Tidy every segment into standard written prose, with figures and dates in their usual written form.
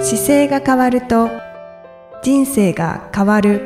姿勢が変わると人生が変わる。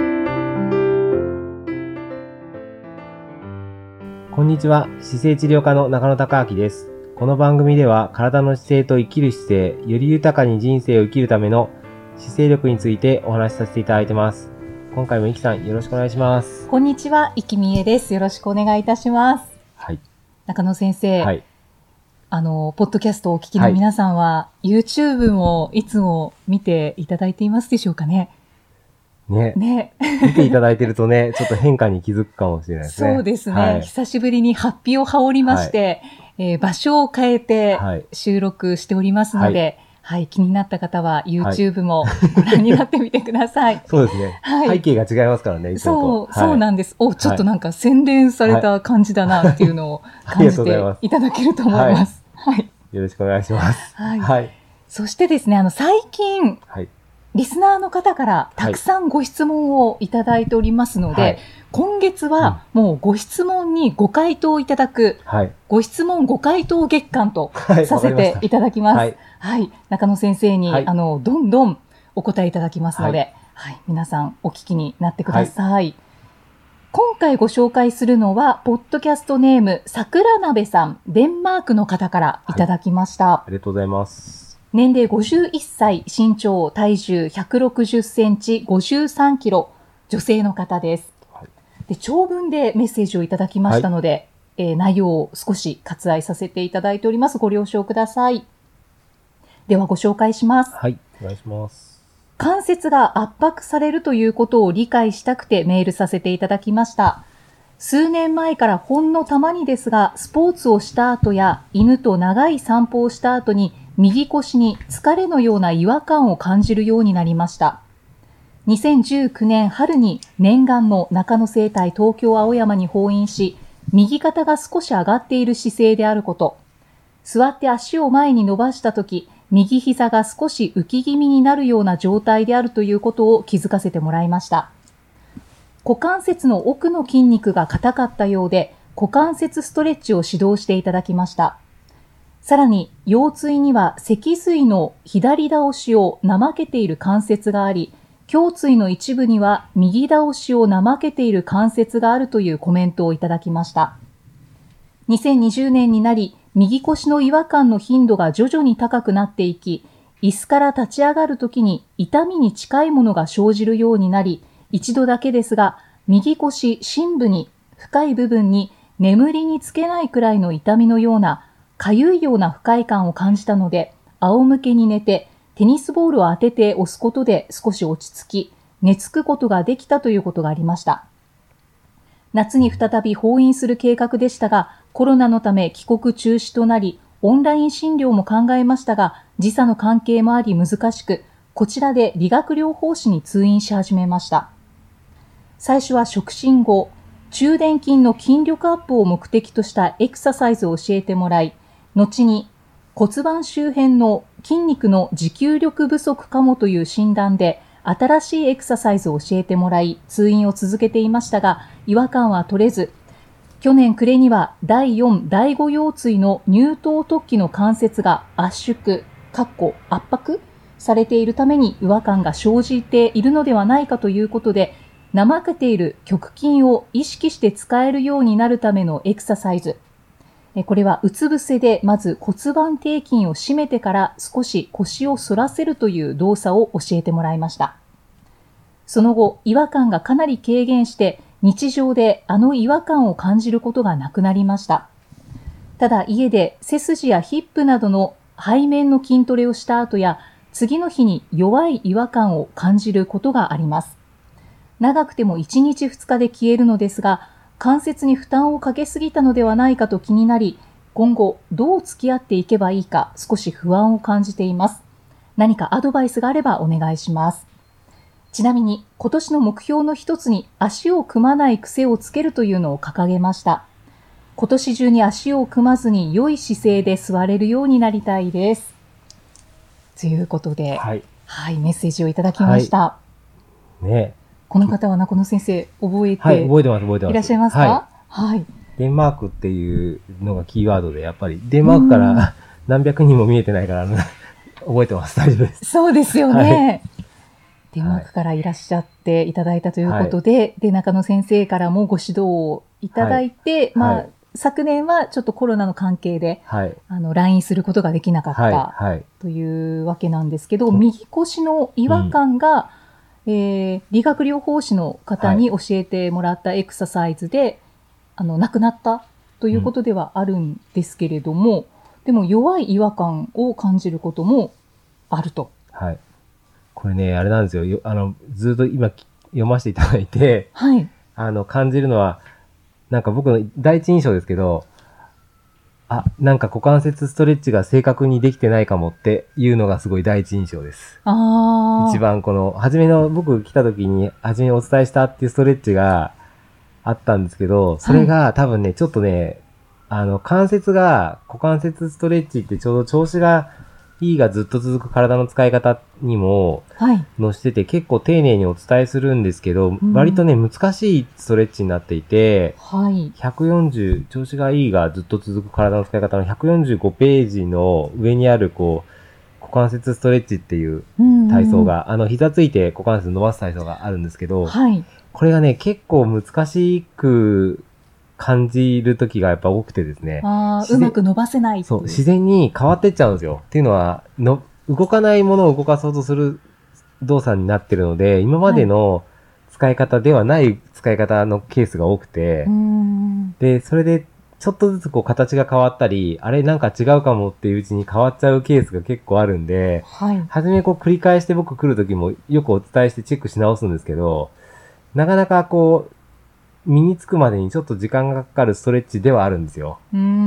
こんにちは。姿勢治療科の中野孝明です。この番組では体の姿勢と生きる姿勢、より豊かに人生を生きるための姿勢力についてお話しさせていただいてます。今回もいきさんよろしくお願いします。 こんにちは、いきみえです。よろしくお願いいたします。 はい。 中野先生、 はい。 ポッドキャストをお聞きの皆さんは、YouTube もいつも見ていただいていますでしょうかね。 ね。見ていただいてるとね、ちょっと変化に気づくかもしれないですね。 そうですね。 はい、 久しぶりにハッピーを羽織りまして、場所を変えて収録しておりますので、気になった方は YouTube もご覧になってみてください。 そうですね、背景が違いますからね、いつもと。 そうなんです。ちょっとなんか洗練された感じだなっていうのを感じていただけると思います。 よろしくお願いします。 そしてですね、最近、リスナーの方からたくさんご質問をいただいておりますので、今月はもうご質問にご回答いただく、ご質問ご回答月間とさせていただきます。中野先生に、どんどんお答えいただきますので、皆さんお聞きになってください。今回ご紹介するのは、ポッドキャストネーム、桜鍋さん、デンマークの方からいただきました。 ありがとうございます。 年齢51歳、身長、体重160センチ、53キロ、女性の方です。で、長文でメッセージをいただきましたので、内容を少し割愛させていただいております。ご了承ください。ではご紹介します。 お願いします。 関節が圧迫されるということを理解したくてメールさせていただきました。数年前からほんのたまにですが、スポーツをした後や犬と長い散歩をした後に右腰に疲れのような違和感を感じるようになりました。2019年春に念願の中野生態東京青山に訪院し、右肩が少し上がっている姿勢であること、座って足を前に伸ばしたとき、右膝が少し浮き気味になるような状態であるということを気づかせてもらいました。股関節の奥の筋肉が硬かったようで、股関節ストレッチを指導していただきました。さらに、腰椎には脊髄の左倒しを怠けている関節があり、胸椎の一部には右倒しを怠けている関節があるというコメントをいただきました。2020年になり、右腰の違和感の頻度が徐々に高くなっていき、椅子から立ち上がるときに痛みに近いものが生じるようになり、一度だけですが、右腰深部に深い部分に眠りにつけないくらいの痛みのような、かゆいような不快感を感じたので、仰向けに寝て、テニスボールを当てて押すことで少し落ち着き、寝つくことができたということがありました。夏に再び訪院する計画でしたが、コロナのため帰国中止となり、オンライン診療も考えましたが、時差の関係もあり難しく、こちらで理学療法士に通院し始めました。最初は触診後、中殿筋の筋力アップを目的としたエクササイズを教えてもらい、後に骨盤周辺の筋肉の持久力不足かもという診断で、新しいエクササイズを教えてもらい、通院を続けていましたが、違和感は取れず、去年暮れには第4、第5腰椎の乳頭突起の関節が圧縮、圧迫されているために違和感が生じているのではないかということで、怠けている極筋を意識して使えるようになるためのエクササイズ。これはうつ伏せでまず骨盤底筋を締めてから少し腰を反らせるという動作を教えてもらいました。その後、違和感がかなり軽減して日常であの違和感を感じることがなくなりました。ただ家で背筋やヒップなどの背面の筋トレをした後や次の日に弱い違和感を感じることがあります。長くても1日2日で消えるのですが、関節に負担をかけすぎたのではないかと気になり、今後どう付き合っていけばいいか少し不安を感じています。何かアドバイスがあればお願いします。ちなみに今年の目標の一つに足を組まない癖をつけるというのを掲げました。今年中に足を組まずに良い姿勢で座れるようになりたいです。ということで、メッセージをいただきました。この方は中野先生覚えていらっしゃいますか？ デンマークっていうのがキーワードで、やっぱりデンマークから何百人も見えてないから覚えてます。大丈夫です。 そうですよね。デンマークからいらっしゃっていただいたということで、で、中野先生からもご指導をいただいて、昨年はちょっとコロナの関係で、来院することができなかったというわけなんですけど、右腰の違和感が、理学療法士の方に教えてもらったエクササイズで、なくなったということではあるんですけれども、でも弱い違和感を感じることもあると。 はい。これね、あれなんですよ。ずっと今読ませていただいて、 はい。 感じるのは、なんか僕の第一印象ですけど、なんか股関節ストレッチが正確にできてないかもっていうのがすごい第一印象です。一番初めの僕来た時に初めにお伝えしたっていうストレッチがあったんですけど、それが多分ね、ちょっとね、股関節ストレッチってちょうど調子がいいがずっと続く体の使い方にも載してて、結構丁寧にお伝えするんですけど、割とね、難しいストレッチになっていて、140、調子がいいがずっと続く体の使い方の145ページの上にある股関節ストレッチっていう体操が、膝ついて股関節伸ばす体操があるんですけど、これがね、結構難しく感じる時がやっぱ多くてですね。 うまく伸ばせない。 そう、自然に変わってっちゃうんですよ。っていうのは、動かないものを動かそうとする動作になってるので、今までの使い方ではない使い方のケースが多くて、で、それでちょっとずつ形が変わったり、あれなんか違うかもっていううちに変わっちゃうケースが結構あるんで、初め繰り返して僕来る時もよくお伝えしてチェックし直すんですけど、なかなか身につくまでにちょっと時間がかかるストレッチではあるんですよ。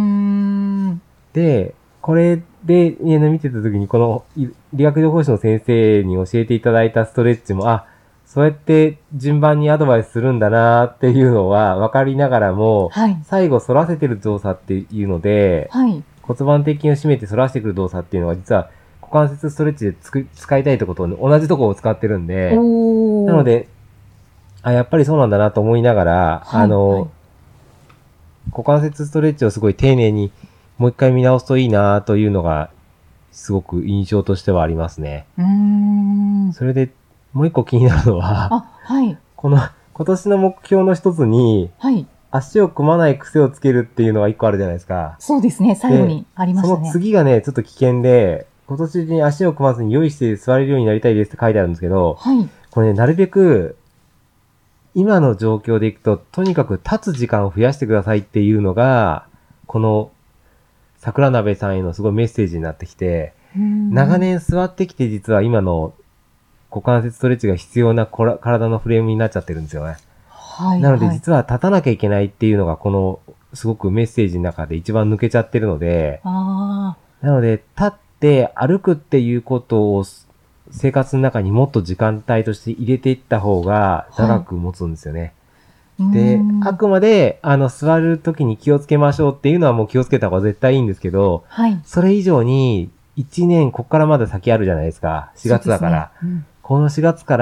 で、これで、見てた時に理学療法士の先生に教えていただいたストレッチも、そうやって順番にアドバイスするんだなっていうのは分かりながらも、最後反らせてる動作っていうので、骨盤底筋を締めて反らしてくる動作っていうのは実は股関節ストレッチで使いたいところと同じところを使ってるんで、なので、やっぱりそうなんだなと思いながら、股関節ストレッチをすごい丁寧にもう一回見直すといいなというのが、すごく印象としてはありますね。それで、もう一個気になるのは、今年の目標の一つに、足を組まない癖をつけるっていうのが一個あるじゃないですか。 そうですね、最後にありましたね。 その次がね、ちょっと危険で、今年中に足を組まずに良い姿勢で座れるようになりたいですって書いてあるんですけど、これね、なるべく、今の状況でいくと、とにかく立つ時間を増やしてくださいっていうのが、この桜鍋さんへのすごいメッセージになってきて、長年座ってきて実は今の股関節ストレッチが必要な体のフレームになっちゃってるんですよね。なので実は立たなきゃいけないっていうのがすごくメッセージの中で一番抜けちゃってるので、なので立って歩くっていうことを生活の中にもっと時間帯として入れていった方が長く持つんですよね。で、あくまで、座るときに気をつけましょうっていうのはもう気をつけた方が絶対いいんですけど、それ以上に1年、こっからまだ先あるじゃないですか。4月だから。この4月から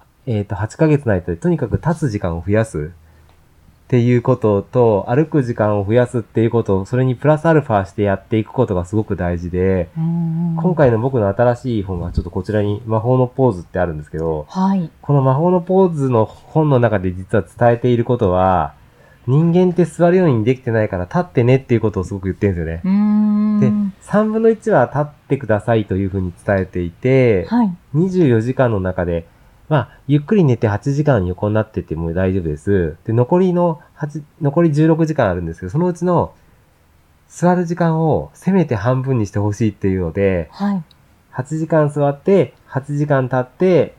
、8ヶ月の間でとにかく立つ時間を増やすっていうことと、歩く時間を増やすっていうことを、それにプラスアルファしてやっていくことがすごく大事で、今回の僕の新しい本がちょっとこちらに魔法のポーズってあるんですけど、この魔法のポーズの本の中で実は伝えていることは、人間って座るようにできてないから立ってねっていうことをすごく言ってるんですよね。で、3分の1は立ってくださいというふうに伝えていて、24時間の中で、ゆっくり寝て8時間横になってても大丈夫です。で、残り16時間あるんですけど、そのうちの座る時間をせめて半分にしてほしいっていうので、8時間座って、8時間経って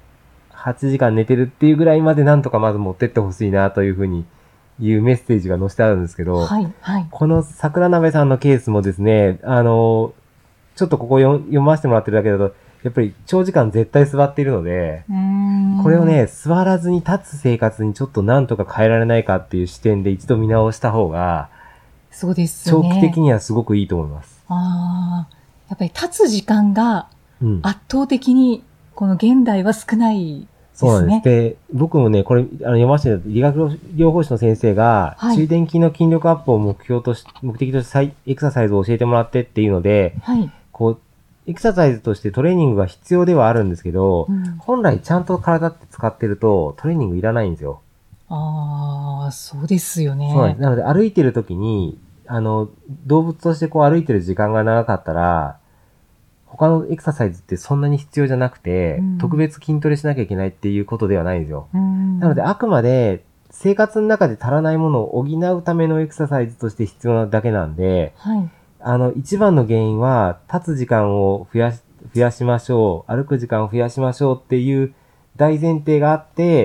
、8時間寝てるっていうぐらいまでなんとかまず持ってってほしいなというふうにいうメッセージが載せてあるんですけど、この桜鍋さんのケースもですね、ちょっとここ読ませてもらってるだけだと、やっぱり長時間絶対座っているので、これをね、座らずに立つ生活にちょっとなんとか変えられないかっていう視点で一度見直した方が、 そうですね。 長期的にはすごくいいと思います。 やっぱり立つ時間が圧倒的にこの現代は少ないですね。 そうなんです。で、僕もね、これ読ませて理学療法士の先生が、中殿筋の筋力アップを目的としてエクササイズを教えてもらってっていうので、 エクササイズとしてトレーニングが必要ではあるんですけど、本来ちゃんと体って使ってるとトレーニングいらないんですよ。 そうですよね。 そうなんです。なので歩いてる時に、動物としてこう歩いてる時間が長かったら、他のエクササイズってそんなに必要じゃなくて、特別筋トレしなきゃいけないっていうことではないんですよ。なのであくまで生活の中で足らないものを補うためのエクササイズとして必要なだけなんで、一番の原因は立つ時間を増やしましょう、歩く時間を増やしましょうっていう大前提があって、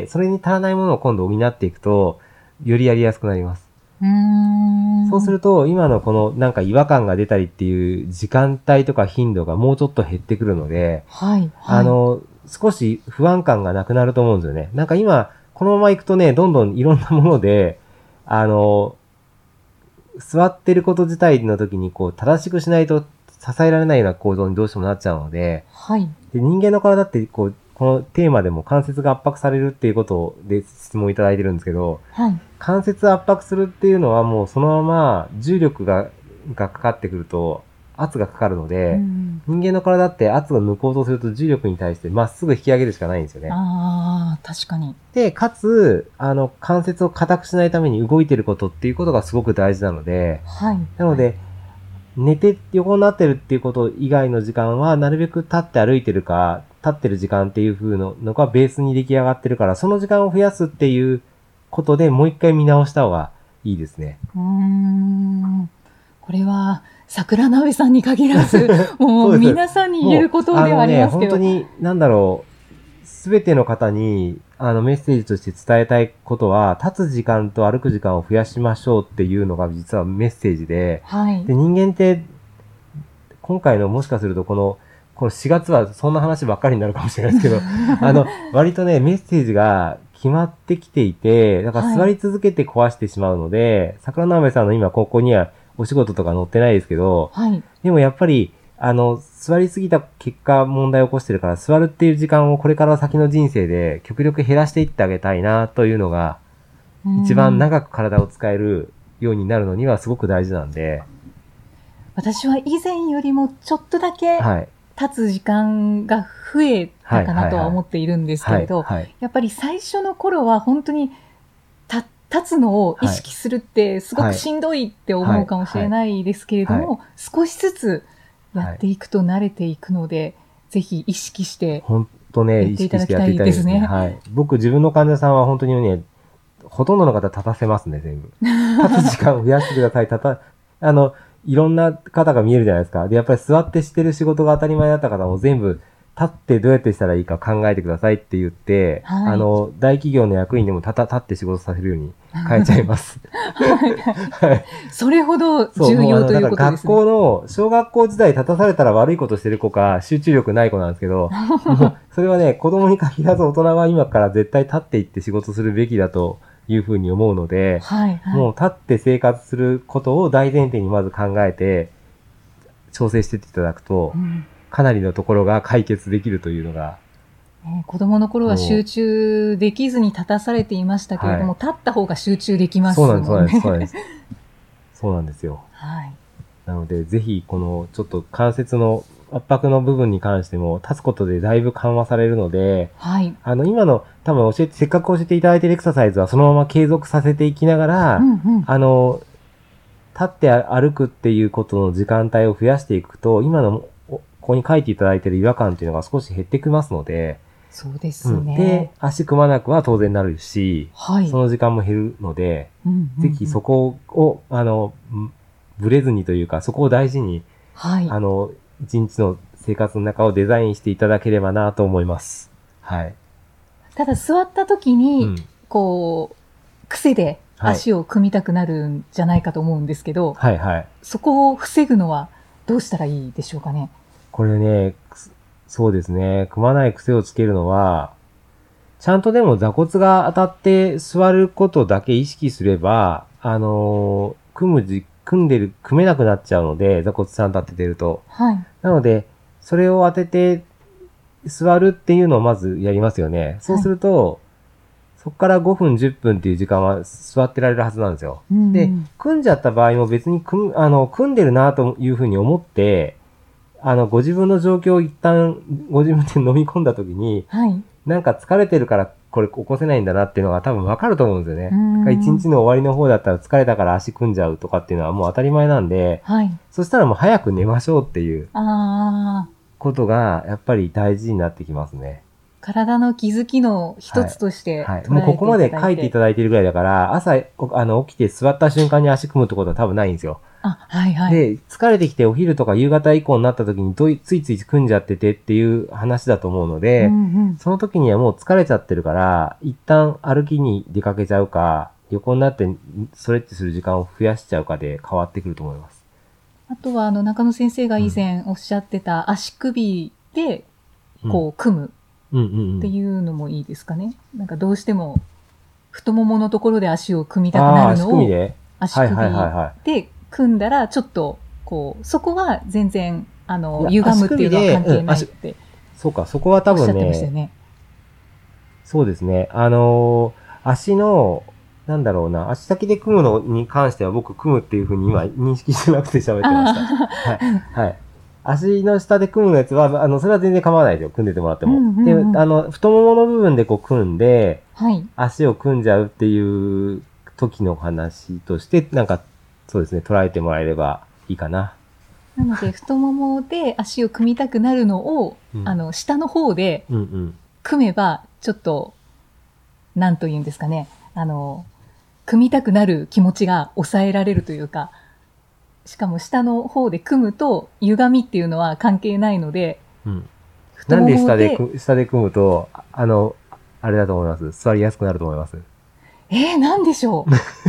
それに足らないものを今度補っていくと、よりやりやすくなります。そうすると、今のこのなんか違和感が出たりっていう時間帯とか頻度がもうちょっと減ってくるので、少し不安感がなくなると思うんですよね。なんか今、このまま行くとね、どんどんいろんなもので、座ってること自体の時にこう正しくしないと支えられないような構造にどうしてもなっちゃうので、で人間の体ってこのテーマでも関節が圧迫されるっていうことで質問いただいてるんですけど、関節圧迫するっていうのはもうそのまま重力がかかってくると圧がかかるので、人間の体って圧を抜こうとすると重力に対してまっすぐ引き上げるしかないんですよね。 確かに。 で、かつ、関節を硬くしないために動いてることっていうことがすごく大事なので、なので、寝て横になってるっていうこと以外の時間は、なるべく立って歩いてるか、立ってる時間っていう風のがベースに出来上がってるから、その時間を増やすっていうことでもう一回見直した方がいいですね。 これは、桜鍋さんに限らず、もう皆さんに言えることではありますけど。 本当に、すべての方に、メッセージとして伝えたいことは、立つ時間と歩く時間を増やしましょうっていうのが実はメッセージで、で人間って、今回のもしかするとこの4月はそんな話ばっかりになるかもしれないですけど、割とね、メッセージが決まってきていて、だから座り続けて壊してしまうので、桜鍋さんの今ここにはお仕事とか載ってないですけど、でもやっぱり、座りすぎた結果問題を起こしてるから、座るっていう時間をこれから先の人生で極力減らしていってあげたいなというのが、一番長く体を使えるようになるのにはすごく大事なんで。 私は以前よりもちょっとだけ立つ時間が増えたかなとは思っているんですけれど、やっぱり最初の頃は本当に立つのを意識するってすごくしんどいって思うかもしれないですけれども、少しずつやっていくと慣れていくので、ぜひ意識して本当ね、意識してやっていきたいですね。僕自分の患者さんは本当にね、ほとんどの方立たせますね、全部。立つ時間を増やしてください。いろんな方が見えるじゃないですか。で、やっぱり座ってしてる仕事が当たり前だった方も全部立ってどうやってしたらいいか考えてくださいって言って、大企業の役員でも立って仕事させるように変えちゃいます。 それほど重要ということですね。 学校の、小学校時代立たされたら悪いことしてる子か、集中力ない子なんですけど、それはね、子供に限らず大人は今から絶対立っていって仕事するべきだというふうに思うので、もう立って生活することを大前提にまず考えて、調整していっていただくと、かなりのところが解決できるというのが。 子供の頃は集中できずに立たされていましたけれども、立った方が集中できますもんね。 そうなんですよ。なので、ぜひ、この、ちょっと関節の圧迫の部分に関しても、立つことでだいぶ緩和されるので、今の、多分せっかく教えていただいているエクササイズはそのまま継続させていきながら、立って歩くっていうことの時間帯を増やしていくと、今の、ここに書いていただいている違和感っていうのが少し減ってきますので、 そうですね。 で、足組まなくは当然なるし、その時間も減るので、ぜひそこを、ぶれずにというか、そこを大事に、一日の生活の中をデザインしていただければなと思います。 ただ座った時に、癖で足を組みたくなるんじゃないかと思うんですけど、そこを防ぐのはどうしたらいいでしょうかね。 これね、そうですね。組まない癖をつけるのは、ちゃんとでも座骨が当たって座ることだけ意識すれば、組めなくなっちゃうので、座骨さん立っててると。なので、それを当てて座るっていうのをまずやりますよね。そうすると、そこから5分、10分っていう時間は座ってられるはずなんですよ。で、組んじゃった場合も別に組んでるなというふうに思って、 ご自分の状況を一旦ご自分で飲み込んだ時に、 はい。 なんか疲れてるからこれ起こせないんだなっていうのが多分わかると思うんですよね。 うん一日の終わりの方だったら疲れたから足組んじゃうとかっていうのはもう当たり前なんで、 はい。 そしたらもう早く寝ましょうっていうああ、 ことがやっぱり大事になってきますね。 体の気づきの一つとしてはい。 捉えていただいて、 もうここまで書いていただいているぐらいだから、朝起きて座った瞬間に足組むってことは多分ないんですよ。 あ、はいはい。 で、疲れてきてお昼とか夕方以降になった時についつい組んじゃっててっていう話だと思うので、 うんうん、 その時にはもう疲れちゃってるから、一旦歩きに出かけちゃうか、横になってストレッチする時間を増やしちゃうかで変わってくると思います。 あとは中野先生が以前おっしゃってた足首でこう組むっていうのもいいですかね。なんかどうしても太もものところで足を組みたくなるのを足組で足首で組んだらちょっとこうそこは全然歪むっていうのは関係ないって、 そうか、そこは多分おっしゃってましたよね。 そうですね。足のなんだろうな、足先で組むのに関しては僕組むっていう風に今認識してなくて喋ってました。はい。はい。足の下で組むのやつは、それは全然構わないですよ。組んでてもらっても。で、太ももの部分でこう組んで、 はい、 足を組んじゃうっていう時の話として、なんか、そうですね、捉えてもらえればいいかな。 なので、太ももで足を組みたくなるのを、下の方で組めば、ちょっと、なんと言うんですかね、組みたくなる気持ちが抑えられるというか、しかも下の方で組むと歪みっていうのは関係ないので、 なんで下で組むと、あれだと思います。座りやすくなると思います。 なんでしょう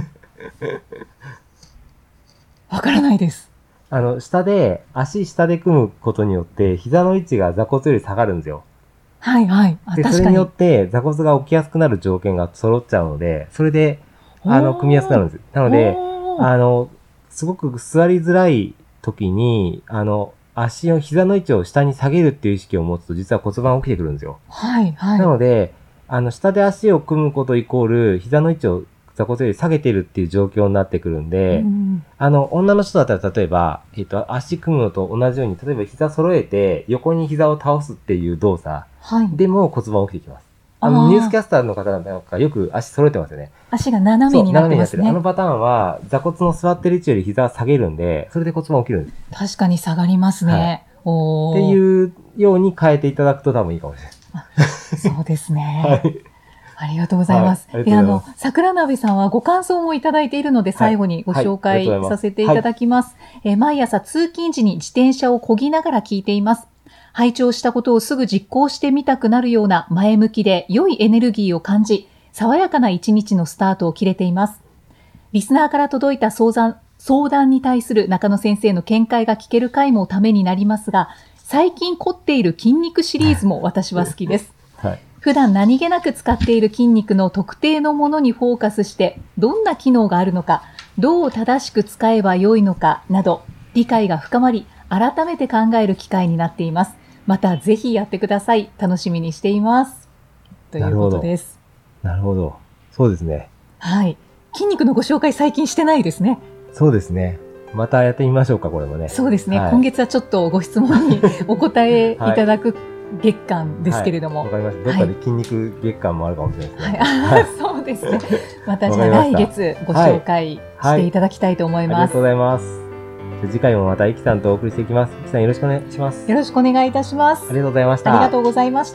わからないです。 足下で組むことによって、膝の位置が座骨より下がるんですよ。 はいはい。 で、それによって座骨が起きやすくなる条件が揃っちゃうので、それで、組みやすくなるんです。なので、すごく座りづらい時に、膝の位置を下に下げるっていう意識を持つと、実は骨盤起きてくるんですよ。 はいはい。 なので、下で足を組むことイコール、膝の位置を座骨より下げてるっていう状況になってくるんで、女の人だったら例えば、足組むのと同じように、例えば膝揃えて、横に膝を倒すっていう動作でも骨盤起きてきます。ニュースキャスターの方なんかよく足揃えてますよね。 足が斜めになってますね。 パターンは座骨の座ってる位置より膝を下げるんで、それで骨盤起きるんです。 確かに下がりますね。 っていうように変えていただくと多分いいかもしれない。 そうですね。はい。ありがとうございます。桜鍋さんはご感想もいただいているので、最後にご紹介させていただきます。毎朝通勤時に自転車を漕ぎながら聞いています。拝聴したことをすぐ実行してみたくなるような前向きで良いエネルギーを感じ、爽やかな一日のスタートを切れています。リスナーから届いた相談に対する中野先生の見解が聞ける回もためになりますが、最近凝っている筋肉シリーズも私は好きです。はい、普段何気なく使っている筋肉の特定のものにフォーカスして、どんな機能があるのか、どう正しく使えばよいのかなど、理解が深まり、改めて考える機会になっています。またぜひやってください。楽しみにしています。ということです。 なるほど。そうですね。 はい。筋肉のご紹介最近してないですね。 そうですね。またやってみましょうか、これもね。 そうですね。今月はちょっとご質問にお答えいただく月間ですけれども。 わかりました。どっかで筋肉月間もあるかもしれないですね。 はい。そうですね。またじゃあ来月ご紹介していただきたいと思います。 ありがとうございます。次回もまたイキさんとお送りしていきます。イキさんよろしくお願いします。 よろしくお願いいたします。 ありがとうございました。 ありがとうございました。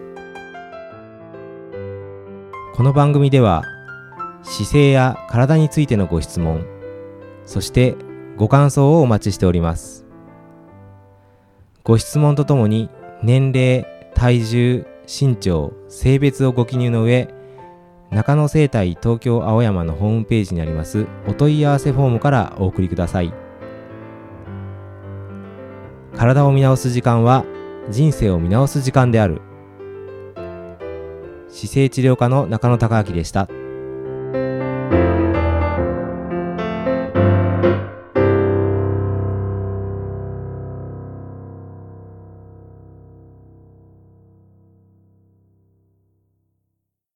この番組では姿勢や体についてのご質問、そしてご感想をお待ちしております。ご質問とともに年齢、体重、身長、性別をご記入の上、中野生態東京青山のホームページにありますお問い合わせフォームからお送りください。体を見直す時間は人生を見直す時間である。姿勢治療科の中野孝明でした。